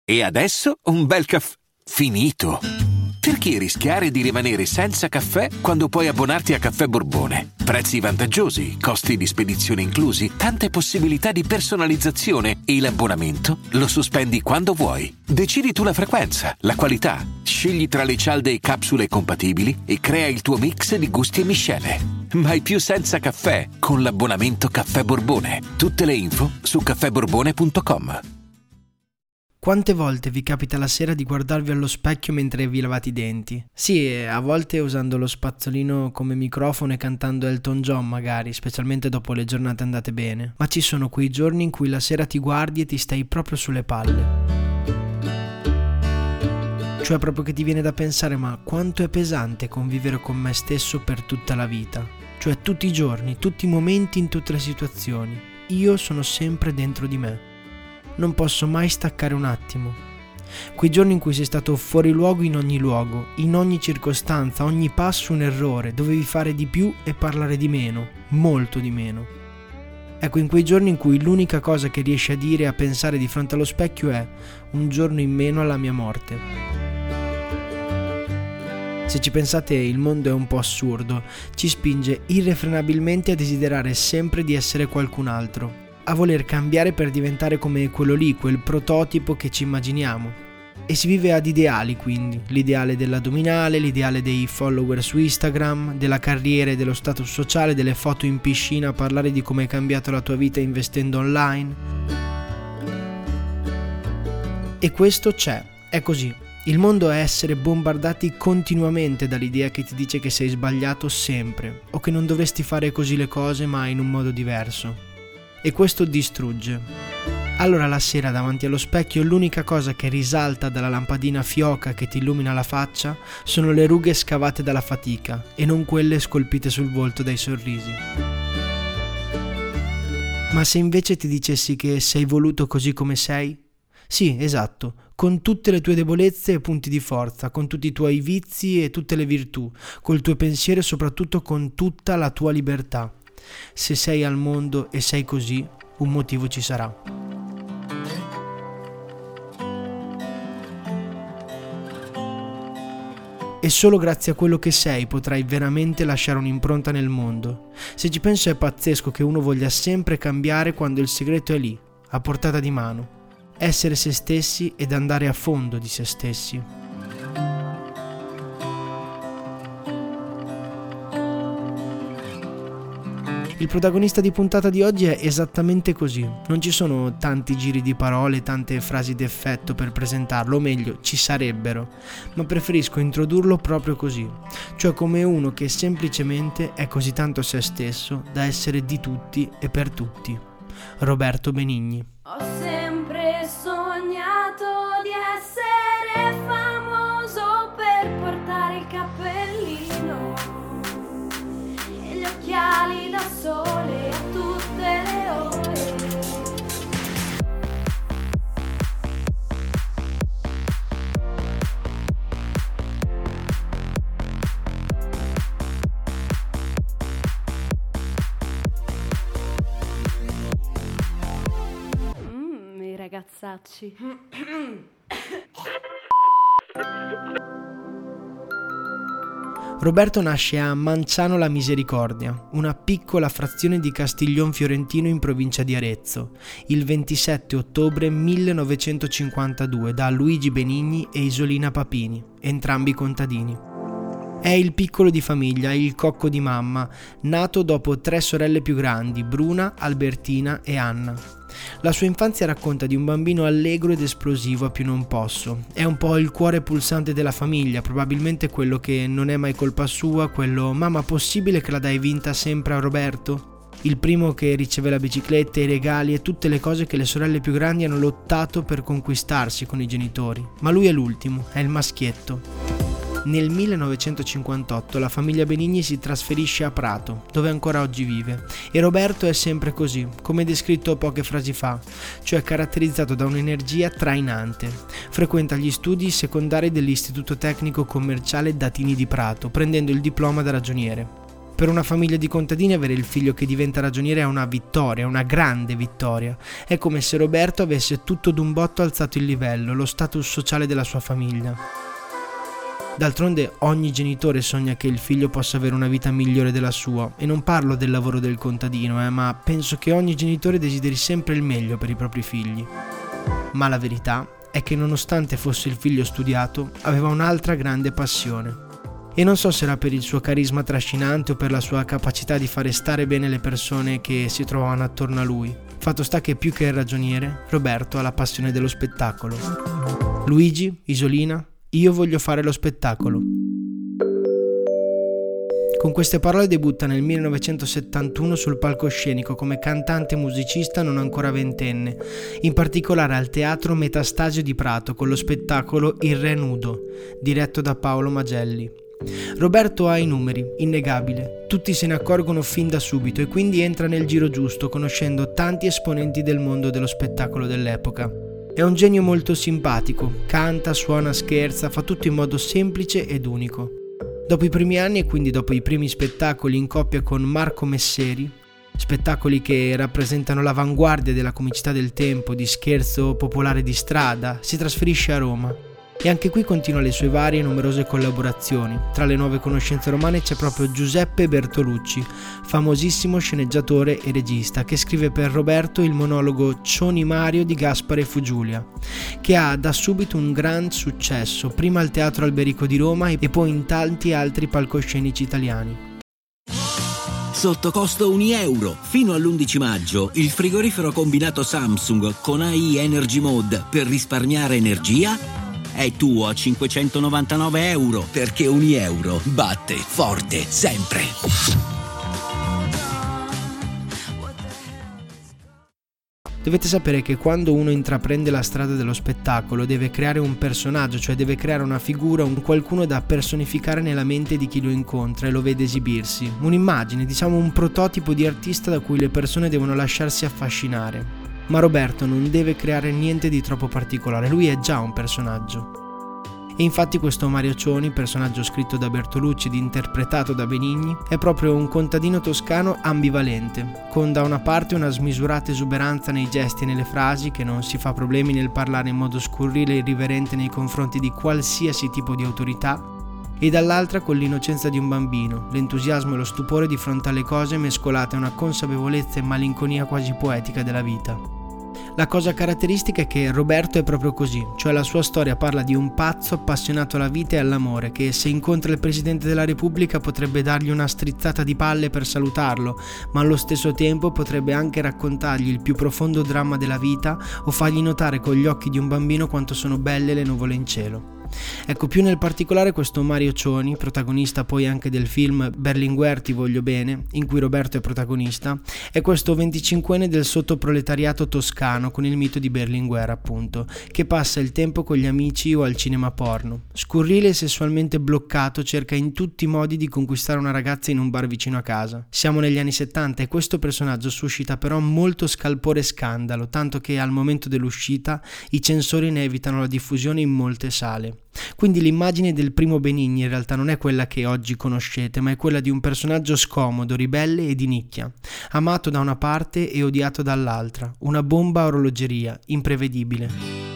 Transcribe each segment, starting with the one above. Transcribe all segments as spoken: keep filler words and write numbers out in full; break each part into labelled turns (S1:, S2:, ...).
S1: E adesso un bel caffè finito. Perché rischiare di rimanere senza caffè quando puoi abbonarti a Caffè Borbone? Prezzi vantaggiosi, costi di spedizione inclusi, tante possibilità di personalizzazione e l'abbonamento lo sospendi quando vuoi. Decidi tu la frequenza, la qualità, scegli tra le cialde e capsule compatibili e crea il tuo mix di gusti e miscele. Mai più senza caffè con l'abbonamento Caffè Borbone. Tutte le info su caffè borbone punto com.
S2: Quante volte vi capita la sera di guardarvi allo specchio mentre vi lavate i denti? Sì, a volte usando lo spazzolino come microfono e cantando Elton John magari, specialmente dopo le giornate andate bene. Ma ci sono quei giorni in cui la sera ti guardi e ti stai proprio sulle palle. Cioè proprio che ti viene da pensare, ma quanto è pesante convivere con me stesso per tutta la vita. Cioè tutti i giorni, tutti i momenti, in tutte le situazioni. Io sono sempre dentro di me. Non posso mai staccare un attimo. Quei giorni in cui sei stato fuori luogo in ogni luogo, in ogni circostanza, ogni passo un errore, dovevi fare di più e parlare di meno, molto di meno. Ecco, in quei giorni in cui l'unica cosa che riesci a dire e a pensare di fronte allo specchio è un giorno in meno alla mia morte. Se ci pensate, il mondo è un po' assurdo, ci spinge irrefrenabilmente a desiderare sempre di essere qualcun altro, a voler cambiare per diventare come quello lì, quel prototipo che ci immaginiamo. E si vive ad ideali, quindi, l'ideale dell'addominale, l'ideale dei follower su Instagram, della carriera e dello status sociale, delle foto in piscina a parlare di come hai cambiato la tua vita investendo online. E questo c'è, è così. Il mondo è essere bombardati continuamente dall'idea che ti dice che sei sbagliato sempre, o che non dovresti fare così le cose ma in un modo diverso. E questo distrugge. Allora la sera davanti allo specchio l'unica cosa che risalta dalla lampadina fioca che ti illumina la faccia sono le rughe scavate dalla fatica e non quelle scolpite sul volto dai sorrisi. Ma se invece ti dicessi che sei voluto così come sei? Sì, esatto, con tutte le tue debolezze e punti di forza, con tutti i tuoi vizi e tutte le virtù, col tuo pensiero e soprattutto con tutta la tua libertà. Se sei al mondo e sei così, un motivo ci sarà. E solo grazie a quello che sei potrai veramente lasciare un'impronta nel mondo. Se ci penso è pazzesco che uno voglia sempre cambiare quando il segreto è lì, a portata di mano. Essere se stessi ed andare a fondo di se stessi. Il protagonista di puntata di oggi è esattamente così. Non ci sono tanti giri di parole, tante frasi d'effetto per presentarlo, o meglio, ci sarebbero, ma preferisco introdurlo proprio così, cioè come uno che semplicemente è così tanto se stesso da essere di tutti e per tutti. Roberto Benigni.
S3: Ho sempre sognato di essere famoso per portare il cappellino e gli occhiali da sole a tutte le ore. Mmm, i ragazzacci.
S2: Roberto nasce a Manciano la Misericordia, una piccola frazione di Castiglion Fiorentino in provincia di Arezzo, il ventisette ottobre millenovecentocinquantadue da Luigi Benigni e Isolina Papini, entrambi contadini. È il piccolo di famiglia, il cocco di mamma, nato dopo tre sorelle più grandi, Bruna, Albertina e Anna. La sua infanzia racconta di un bambino allegro ed esplosivo a più non posso. È un po' il cuore pulsante della famiglia, probabilmente quello che non è mai colpa sua, quello «mamma, possibile che la dai vinta sempre a Roberto?» Il primo che riceve la bicicletta, i regali e tutte le cose che le sorelle più grandi hanno lottato per conquistarsi con i genitori. Ma lui è l'ultimo, è il maschietto. Nel millenovecentocinquantotto la famiglia Benigni si trasferisce a Prato, dove ancora oggi vive, e Roberto è sempre così, come descritto poche frasi fa, cioè caratterizzato da un'energia trainante. Frequenta gli studi secondari dell'Istituto Tecnico Commerciale Datini di Prato, prendendo il diploma da ragioniere. Per una famiglia di contadini avere il figlio che diventa ragioniere è una vittoria, una grande vittoria. È come se Roberto avesse tutto d'un botto alzato il livello, lo status sociale della sua famiglia. D'altronde ogni genitore sogna che il figlio possa avere una vita migliore della sua, e non parlo del lavoro del contadino, eh, ma penso che ogni genitore desideri sempre il meglio per i propri figli. Ma la verità è che nonostante fosse il figlio studiato, aveva un'altra grande passione. E non so se era per il suo carisma trascinante o per la sua capacità di fare stare bene le persone che si trovavano attorno a lui. Fatto sta che più che il ragioniere, Roberto ha la passione dello spettacolo. Luigi, Isolina, io voglio fare lo spettacolo. Con queste parole debutta nel millenovecentosettantuno sul palcoscenico come cantante e musicista non ancora ventenne, in particolare al Teatro Metastasio di Prato con lo spettacolo Il Re Nudo, diretto da Paolo Magelli. Roberto ha i numeri, innegabile, tutti se ne accorgono fin da subito e quindi entra nel giro giusto conoscendo tanti esponenti del mondo dello spettacolo dell'epoca. È un genio molto simpatico, canta, suona, scherza, fa tutto in modo semplice ed unico. Dopo i primi anni e quindi dopo i primi spettacoli in coppia con Marco Messeri, spettacoli che rappresentano l'avanguardia della comicità del tempo, di scherzo popolare di strada, si trasferisce a Roma. E anche qui continua le sue varie e numerose collaborazioni. Tra le nuove conoscenze romane c'è proprio Giuseppe Bertolucci, famosissimo sceneggiatore e regista, che scrive per Roberto il monologo Cioni Mario di Gaspare fu Giulia, che ha da subito un gran successo, prima al Teatro Alberico di Roma e poi in tanti altri palcoscenici italiani.
S4: Sotto costo un euro. Fino all'undici maggio il frigorifero combinato Samsung con A I Energy Mode per risparmiare energia è tuo a cinquecentonovantanove euro, perché un euro batte forte sempre.
S2: Dovete sapere che quando uno intraprende la strada dello spettacolo deve creare un personaggio, cioè deve creare una figura, un qualcuno da personificare nella mente di chi lo incontra e lo vede esibirsi. Un'immagine, diciamo un prototipo di artista da cui le persone devono lasciarsi affascinare. Ma Roberto non deve creare niente di troppo particolare, lui è già un personaggio. E infatti questo Mario Cioni, personaggio scritto da Bertolucci ed interpretato da Benigni, è proprio un contadino toscano ambivalente, con da una parte una smisurata esuberanza nei gesti e nelle frasi, che non si fa problemi nel parlare in modo scurrile e irriverente nei confronti di qualsiasi tipo di autorità, e dall'altra con l'innocenza di un bambino, l'entusiasmo e lo stupore di fronte alle cose mescolate a una consapevolezza e malinconia quasi poetica della vita. La cosa caratteristica è che Roberto è proprio così, cioè la sua storia parla di un pazzo appassionato alla vita e all'amore che se incontra il Presidente della Repubblica potrebbe dargli una strizzata di palle per salutarlo, ma allo stesso tempo potrebbe anche raccontargli il più profondo dramma della vita o fargli notare con gli occhi di un bambino quanto sono belle le nuvole in cielo. Ecco, più nel particolare questo Mario Cioni, protagonista poi anche del film Berlinguer Ti voglio bene, in cui Roberto è protagonista, è questo venticinquenne del sottoproletariato toscano con il mito di Berlinguer, appunto, che passa il tempo con gli amici o al cinema porno. Scurrile e sessualmente bloccato, cerca in tutti i modi di conquistare una ragazza in un bar vicino a casa. Siamo negli anni settanta e questo personaggio suscita però molto scalpore e scandalo, tanto che al momento dell'uscita i censori ne evitano la diffusione in molte sale. Quindi l'immagine del primo Benigni in realtà non è quella che oggi conoscete, ma è quella di un personaggio scomodo, ribelle e di nicchia, amato da una parte e odiato dall'altra, una bomba a orologeria, imprevedibile.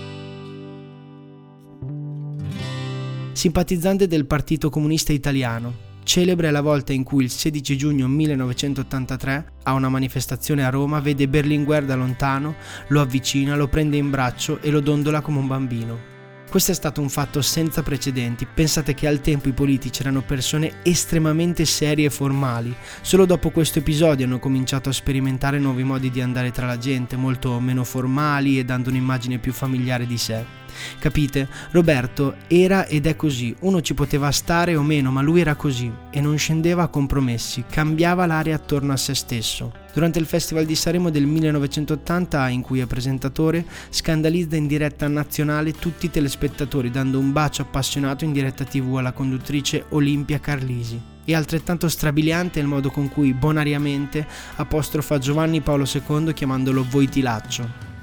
S2: Simpatizzante del Partito Comunista Italiano, celebre è la volta in cui il sedici giugno millenovecentottantatré, a una manifestazione a Roma, vede Berlinguer da lontano, lo avvicina, lo prende in braccio e lo dondola come un bambino. Questo è stato un fatto senza precedenti. Pensate che al tempo i politici erano persone estremamente serie e formali. Solo dopo questo episodio hanno cominciato a sperimentare nuovi modi di andare tra la gente, molto meno formali e dando un'immagine più familiare di sé. Capite? Roberto era ed è così. Uno ci poteva stare o meno, ma lui era così e non scendeva a compromessi, cambiava l'aria attorno a se stesso. Durante il Festival di Sanremo del millenovecentottanta, in cui è presentatore, scandalizza in diretta nazionale tutti i telespettatori dando un bacio appassionato in diretta tivù alla conduttrice Olimpia Carlisi. E altrettanto strabiliante è il modo con cui bonariamente apostrofa Giovanni Paolo secondo chiamandolo Voitilaccio.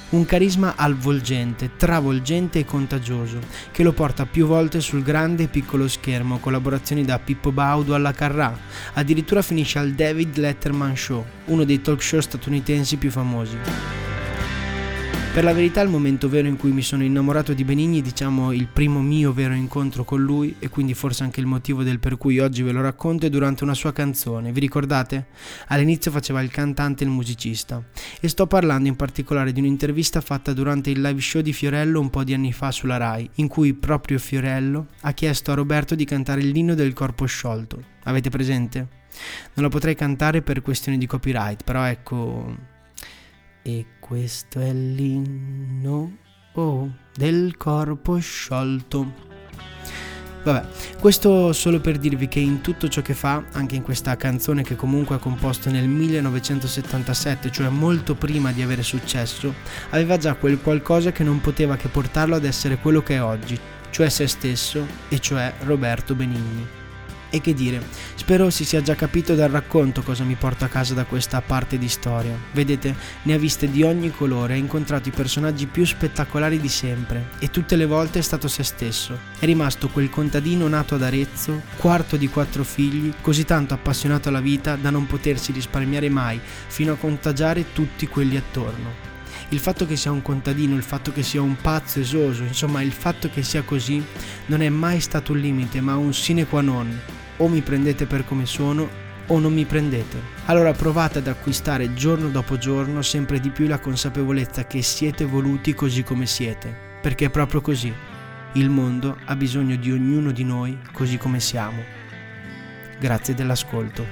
S2: Un carisma avvolgente, travolgente e contagioso, che lo porta più volte sul grande e piccolo schermo, collaborazioni da Pippo Baudo alla Carrà, addirittura finisce al David Letterman Show, uno dei talk show statunitensi più famosi. Per la verità il momento vero in cui mi sono innamorato di Benigni, diciamo il primo mio vero incontro con lui, e quindi forse anche il motivo del per cui oggi ve lo racconto, è durante una sua canzone. Vi ricordate? All'inizio faceva il cantante e il musicista, e sto parlando in particolare di un'intervista fatta durante il live show di Fiorello un po' di anni fa sulla Rai, in cui proprio Fiorello ha chiesto a Roberto di cantare l'inno del corpo sciolto. Avete presente? Non lo potrei cantare per questioni di copyright, però ecco... E questo è l'inno oh, del corpo sciolto. Vabbè, questo solo per dirvi che in tutto ciò che fa, anche in questa canzone che comunque ha composto nel millenovecentosettantasette, cioè molto prima di avere successo, aveva già quel qualcosa che non poteva che portarlo ad essere quello che è oggi, cioè se stesso, e cioè Roberto Benigni. E che dire, spero si sia già capito dal racconto cosa mi porta a casa da questa parte di storia. Vedete, ne ha viste di ogni colore, ha incontrato i personaggi più spettacolari di sempre e tutte le volte è stato se stesso. È rimasto quel contadino nato ad Arezzo, quarto di quattro figli, così tanto appassionato alla vita da non potersi risparmiare mai, fino a contagiare tutti quelli attorno. Il fatto che sia un contadino, il fatto che sia un pazzo esoso, insomma il fatto che sia così non è mai stato un limite, ma un sine qua non. O mi prendete per come sono o non mi prendete. Allora provate ad acquistare giorno dopo giorno sempre di più la consapevolezza che siete voluti così come siete, perché è proprio così. Il mondo ha bisogno di ognuno di noi così come siamo. Grazie dell'ascolto.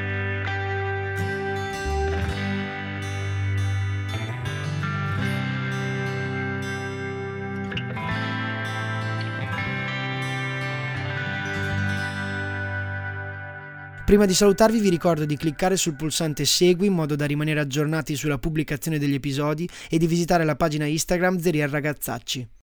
S2: Prima di salutarvi vi ricordo di cliccare sul pulsante Segui in modo da rimanere aggiornati sulla pubblicazione degli episodi e di visitare la pagina Instagram Zerial Ragazzacci.